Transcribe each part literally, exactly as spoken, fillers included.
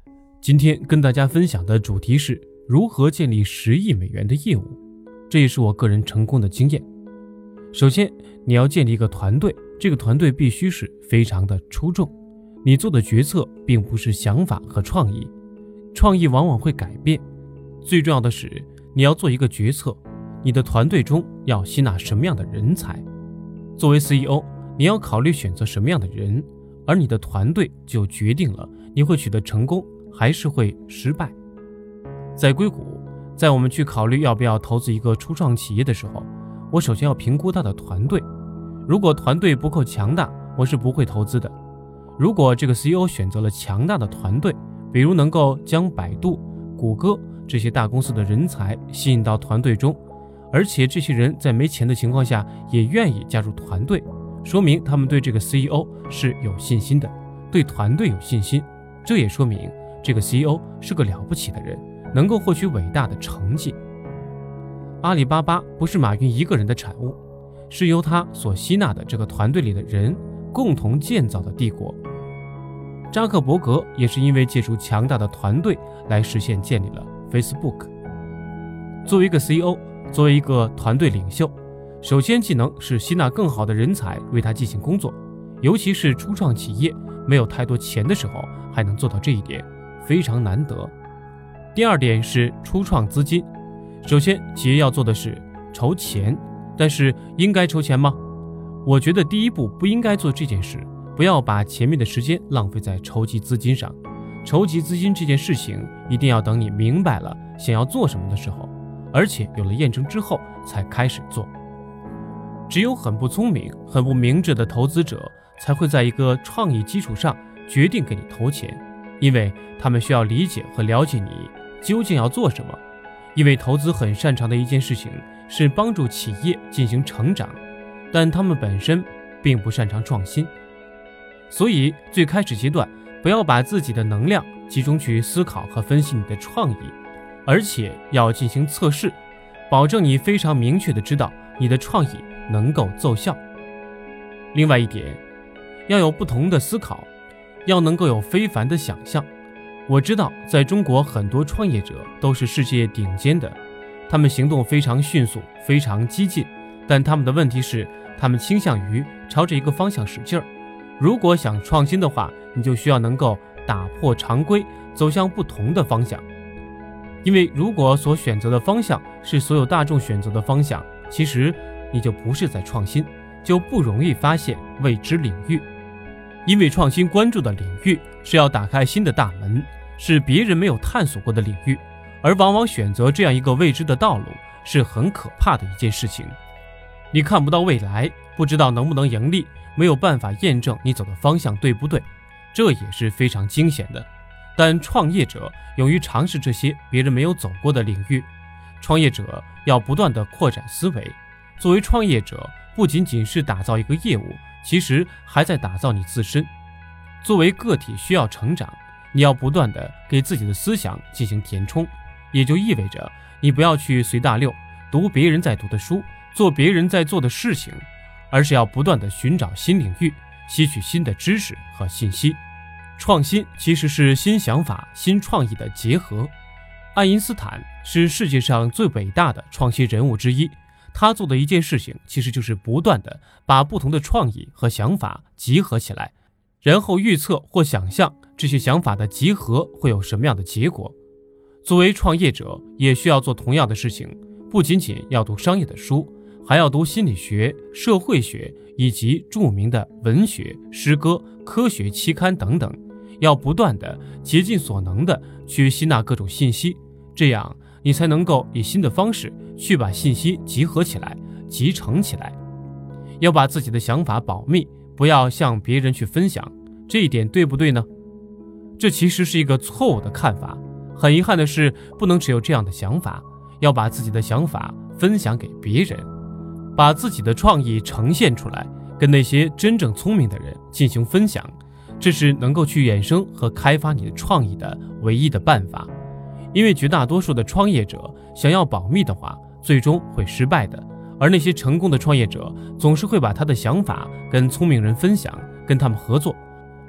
今天跟大家分享的主题是如何建立十亿美元的业务，这也是我个人成功的经验。首先，你要建立一个团队，这个团队必须是非常的出众。你做的决策并不是想法和创意，创意往往会改变。最重要的是，你要做一个决策，你的团队中要吸纳什么样的人才。作为 C E O， 你要考虑选择什么样的人，而你的团队就决定了你会取得成功还是会失败。在硅谷，在我们去考虑要不要投资一个初创企业的时候，我首先要评估他的团队。如果团队不够强大，我是不会投资的。如果这个 C E O 选择了强大的团队，比如能够将百度、谷歌这些大公司的人才吸引到团队中，而且这些人在没钱的情况下也愿意加入团队，说明他们对这个 C E O 是有信心的，对团队有信心。这也说明这个 C E O 是个了不起的人，能够获取伟大的成绩。阿里巴巴不是马云一个人的产物，是由他所吸纳的这个团队里的人共同建造的帝国。扎克伯格也是因为借助强大的团队来实现建立了 Facebook。 作为一个 C E O， 作为一个团队领袖，首先技能是吸纳更好的人才为他进行工作，尤其是初创企业没有太多钱的时候还能做到这一点，非常难得。第二点是初创资金。首先企业要做的是筹钱，但是应该筹钱吗？我觉得第一步不应该做这件事，不要把前面的时间浪费在筹集资金上。筹集资金这件事情一定要等你明白了想要做什么的时候，而且有了验证之后才开始做。只有很不聪明、很不明智的投资者才会在一个创意基础上决定给你投钱，因为他们需要理解和了解你究竟要做什么。因为投资很擅长的一件事情是帮助企业进行成长，但他们本身并不擅长创新。所以最开始阶段不要把自己的能量集中去思考和分析你的创意，而且要进行测试，保证你非常明确地知道你的创意能够奏效。另外一点，要有不同的思考，要能够有非凡的想象。我知道在中国很多创业者都是世界顶尖的，他们行动非常迅速，非常激进，但他们的问题是他们倾向于朝着一个方向使劲儿。如果想创新的话，你就需要能够打破常规，走向不同的方向。因为如果所选择的方向是所有大众选择的方向，其实你就不是在创新，就不容易发现未知领域。因为创新关注的领域是要打开新的大门，是别人没有探索过的领域，而往往选择这样一个未知的道路是很可怕的一件事情。你看不到未来，不知道能不能盈利，没有办法验证你走的方向对不对，这也是非常惊险的。但创业者勇于尝试这些别人没有走过的领域，创业者要不断地扩展思维。作为创业者，不仅仅是打造一个业务，其实还在打造你自身。作为个体需要成长，你要不断地给自己的思想进行填充，也就意味着你不要去随大流，读别人在读的书，做别人在做的事情，而是要不断地寻找新领域，吸取新的知识和信息。创新其实是新想法、新创意的结合。爱因斯坦是世界上最伟大的创新人物之一，他做的一件事情其实就是不断地把不同的创意和想法集合起来，然后预测或想象这些想法的集合会有什么样的结果。作为创业者也需要做同样的事情，不仅仅要读商业的书，还要读心理学、社会学以及著名的文学、诗歌、科学期刊等等，要不断地竭尽所能地去吸纳各种信息，这样你才能够以新的方式去把信息集合起来、集成起来。要把自己的想法保密，不要向别人去分享，这一点对不对呢？这其实是一个错误的看法。很遗憾的是，不能只有这样的想法，要把自己的想法分享给别人，把自己的创意呈现出来，跟那些真正聪明的人进行分享，这是能够去衍生和开发你的创意的唯一的办法。因为绝大多数的创业者想要保密的话，最终会失败的，而那些成功的创业者总是会把他的想法跟聪明人分享，跟他们合作，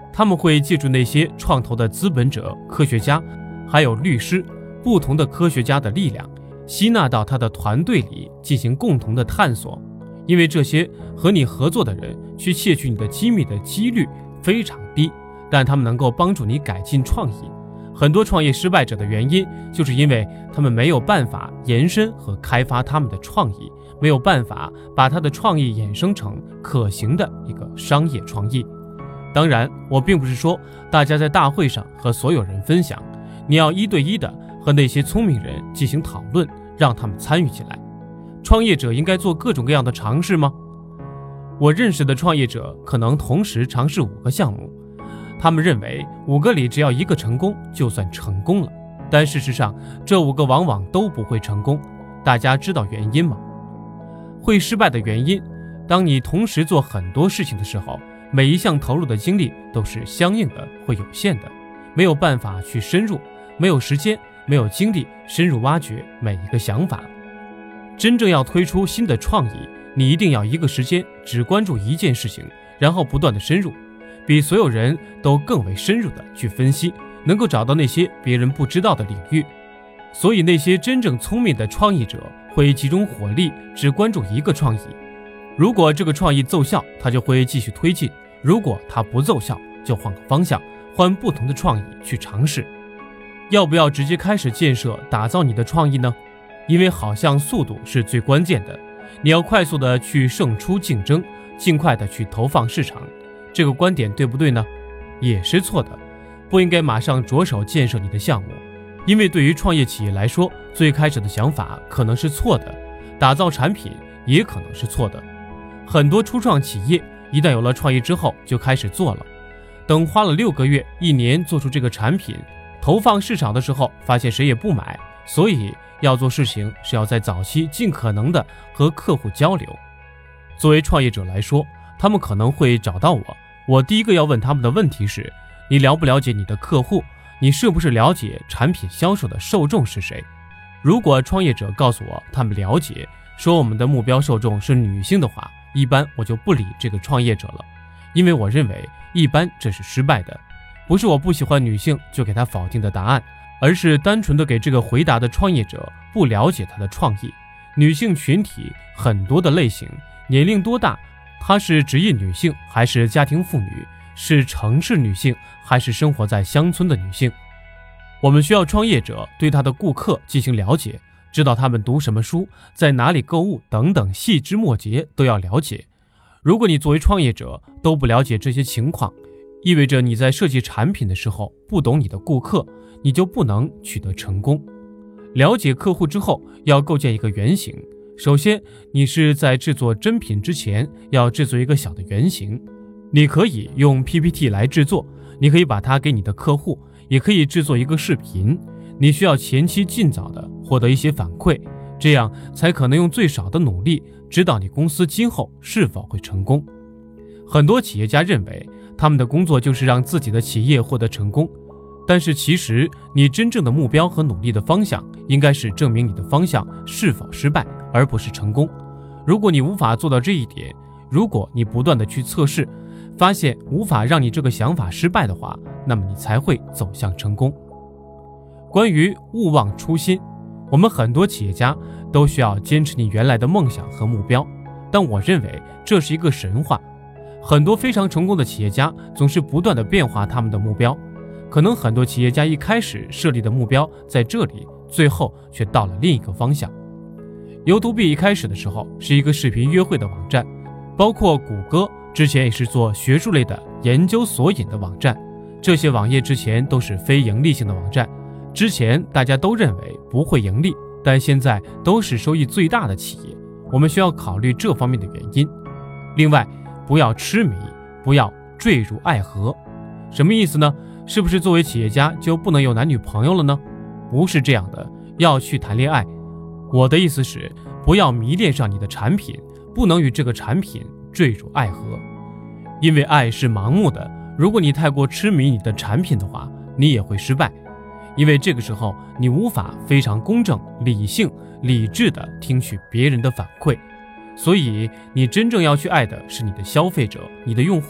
他们会借助那些创投的资本者、科学家，还有律师，不同的科学家的力量，吸纳到他的团队里进行共同的探索。因为这些和你合作的人去窃取你的机密的几率非常低，但他们能够帮助你改进创意。很多创业失败者的原因，就是因为他们没有办法延伸和开发他们的创意，没有办法把他的创意衍生成可行的一个商业创意。当然，我并不是说大家在大会上和所有人分享，你要一对一的和那些聪明人进行讨论，让他们参与起来。创业者应该做各种各样的尝试吗？我认识的创业者可能同时尝试五个项目，他们认为五个里只要一个成功就算成功了，但事实上这五个往往都不会成功。大家知道原因吗？会失败的原因，当你同时做很多事情的时候，每一项投入的精力都是相应的，会有限的，没有办法去深入，没有时间，没有精力深入挖掘每一个想法。真正要推出新的创意，你一定要一个时间只关注一件事情，然后不断的深入，比所有人都更为深入的去分析，能够找到那些别人不知道的领域。所以那些真正聪明的创意者会集中火力，只关注一个创意。如果这个创意奏效，他就会继续推进；如果它不奏效，就换个方向，换不同的创意去尝试。要不要直接开始建设打造你的创意呢？因为好像速度是最关键的，你要快速的去胜出竞争，尽快的去投放市场。这个观点对不对呢？也是错的，不应该马上着手建设你的项目。因为对于创业企业来说，最开始的想法可能是错的，打造产品也可能是错的。很多初创企业一旦有了创意之后就开始做了，等花了六个月、一年做出这个产品，投放市场的时候发现谁也不买，所以要做事情是要在早期尽可能的和客户交流。作为创业者来说，他们可能会找到我，我第一个要问他们的问题是：你了不了解你的客户？你是不是了解产品销售的受众是谁？如果创业者告诉我他们了解，说我们的目标受众是女性的话，一般我就不理这个创业者了，因为我认为一般这是失败的。不是我不喜欢女性就给他否定的答案，而是单纯的给这个回答的创业者不了解他的创意。女性群体很多的类型，年龄多大，她是职业女性还是家庭妇女，是城市女性还是生活在乡村的女性。我们需要创业者对他的顾客进行了解，知道他们读什么书，在哪里购物等等细枝末节都要了解。如果你作为创业者都不了解这些情况，意味着你在设计产品的时候不懂你的顾客，你就不能取得成功。了解客户之后，要构建一个原型。首先，你是在制作真品之前要制作一个小的原型。你可以用 P P T 来制作，你可以把它给你的客户，也可以制作一个视频。你需要前期尽早的获得一些反馈，这样才可能用最少的努力知道你公司今后是否会成功。很多企业家认为他们的工作就是让自己的企业获得成功，但是其实你真正的目标和努力的方向应该是证明你的方向是否失败，而不是成功。如果你无法做到这一点，如果你不断的去测试，发现无法让你这个想法失败的话，那么你才会走向成功。关于勿忘初心，我们很多企业家都需要坚持你原来的梦想和目标，但我认为这是一个神话。很多非常成功的企业家总是不断的变化他们的目标，可能很多企业家一开始设立的目标在这里，最后却到了另一个方向。YouTube 一开始的时候是一个视频约会的网站，包括谷歌之前也是做学术类的研究索引的网站，这些网页之前都是非盈利性的网站，之前大家都认为不会盈利，但现在都是收益最大的企业。我们需要考虑这方面的原因。另外，不要痴迷，不要坠入爱河。什么意思呢？是不是作为企业家就不能有男女朋友了呢？不是这样的，要去谈恋爱。我的意思是，不要迷恋上你的产品，不能与这个产品坠入爱河。因为爱是盲目的，如果你太过痴迷你的产品的话，你也会失败。因为这个时候你无法非常公正、理性、理智地听取别人的反馈，所以你真正要去爱的是你的消费者、你的用户，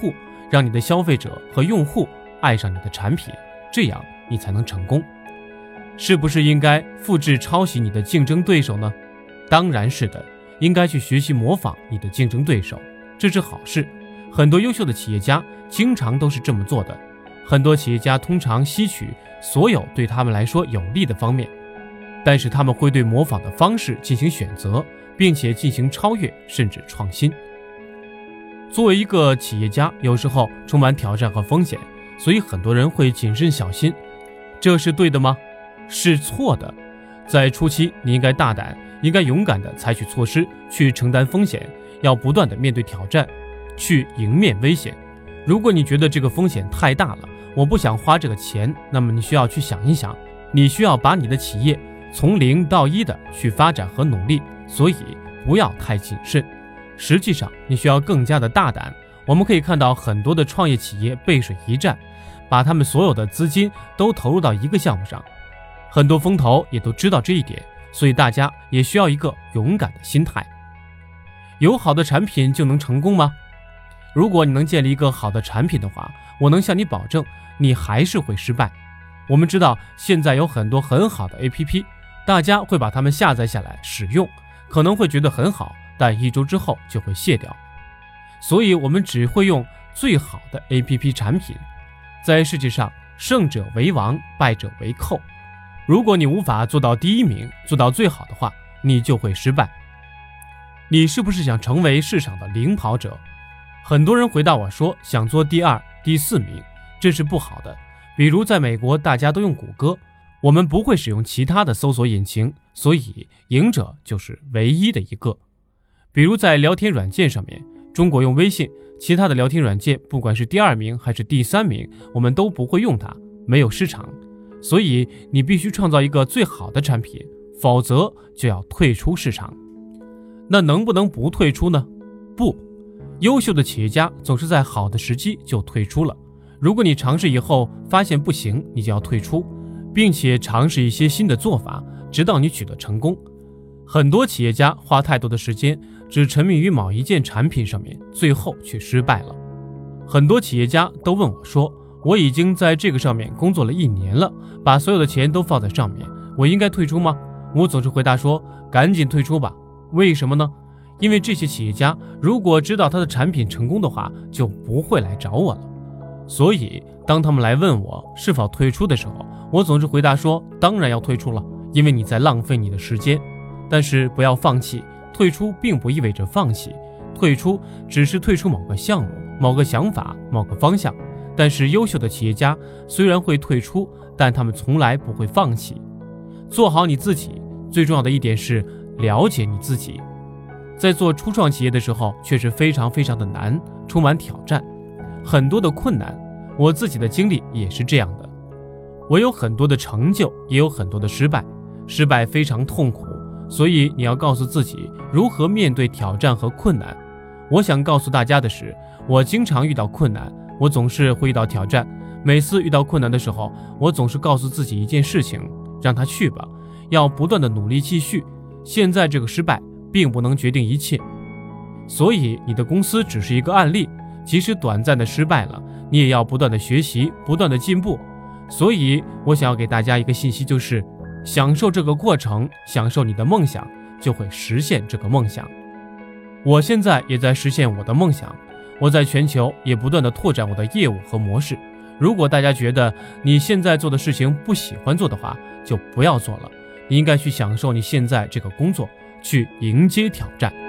让你的消费者和用户爱上你的产品，这样你才能成功。是不是应该复制抄袭你的竞争对手呢？当然是的，应该去学习模仿你的竞争对手，这是好事。很多优秀的企业家经常都是这么做的。很多企业家通常吸取所有对他们来说有利的方面，但是他们会对模仿的方式进行选择，并且进行超越甚至创新。作为一个企业家，有时候充满挑战和风险，所以很多人会谨慎小心。这是对的吗？是错的。在初期，你应该大胆，应该勇敢地采取措施，去承担风险，要不断地面对挑战，去迎面危险。如果你觉得这个风险太大了，我不想花这个钱，那么你需要去想一想，你需要把你的企业从零到一的去发展和努力，所以不要太谨慎。实际上，你需要更加的大胆。我们可以看到很多的创业企业背水一战，把他们所有的资金都投入到一个项目上，很多风投也都知道这一点，所以大家也需要一个勇敢的心态。有好的产品就能成功吗？如果你能建立一个好的产品的话，我能向你保证，你还是会失败。我们知道现在有很多很好的 A P P， 大家会把它们下载下来使用，可能会觉得很好，但一周之后就会卸掉。所以我们只会用最好的 A P P 产品。在世界上，胜者为王，败者为寇。如果你无法做到第一名，做到最好的话，你就会失败。你是不是想成为市场的领跑者？很多人回答我说想做第二、第四名，这是不好的。比如在美国，大家都用谷歌，我们不会使用其他的搜索引擎，所以赢者就是唯一的一个。比如在聊天软件上面，中国用微信，其他的聊天软件不管是第二名还是第三名，我们都不会用它，没有市场。所以你必须创造一个最好的产品，否则就要退出市场。那能不能不退出呢？不，优秀的企业家总是在好的时机就退出了。如果你尝试以后发现不行，你就要退出，并且尝试一些新的做法，直到你取得成功。很多企业家花太多的时间只沉迷于某一件产品上面，最后却失败了。很多企业家都问我说，我已经在这个上面工作了一年了，把所有的钱都放在上面，我应该退出吗？我总是回答说，赶紧退出吧。为什么呢？因为这些企业家如果知道他的产品成功的话，就不会来找我了。所以当他们来问我是否退出的时候，我总是回答说，当然要退出了，因为你在浪费你的时间。但是不要放弃，退出并不意味着放弃，退出只是退出某个项目、某个想法、某个方向。但是优秀的企业家虽然会退出，但他们从来不会放弃。做好你自己，最重要的一点是了解你自己。在做初创企业的时候，确实非常非常的难，充满挑战，很多的困难。我自己的经历也是这样的，我有很多的成就，也有很多的失败，失败非常痛苦，所以你要告诉自己如何面对挑战和困难。我想告诉大家的是，我经常遇到困难，我总是会遇到挑战。每次遇到困难的时候，我总是告诉自己一件事情，让它去吧，要不断的努力继续。现在这个失败并不能决定一切，所以你的公司只是一个案例，即使短暂的失败了，你也要不断的学习，不断的进步。所以我想要给大家一个信息，就是享受这个过程，享受你的梦想，就会实现这个梦想。我现在也在实现我的梦想，我在全球也不断的拓展我的业务和模式。如果大家觉得你现在做的事情不喜欢做的话，就不要做了。你应该去享受你现在这个工作，去迎接挑战。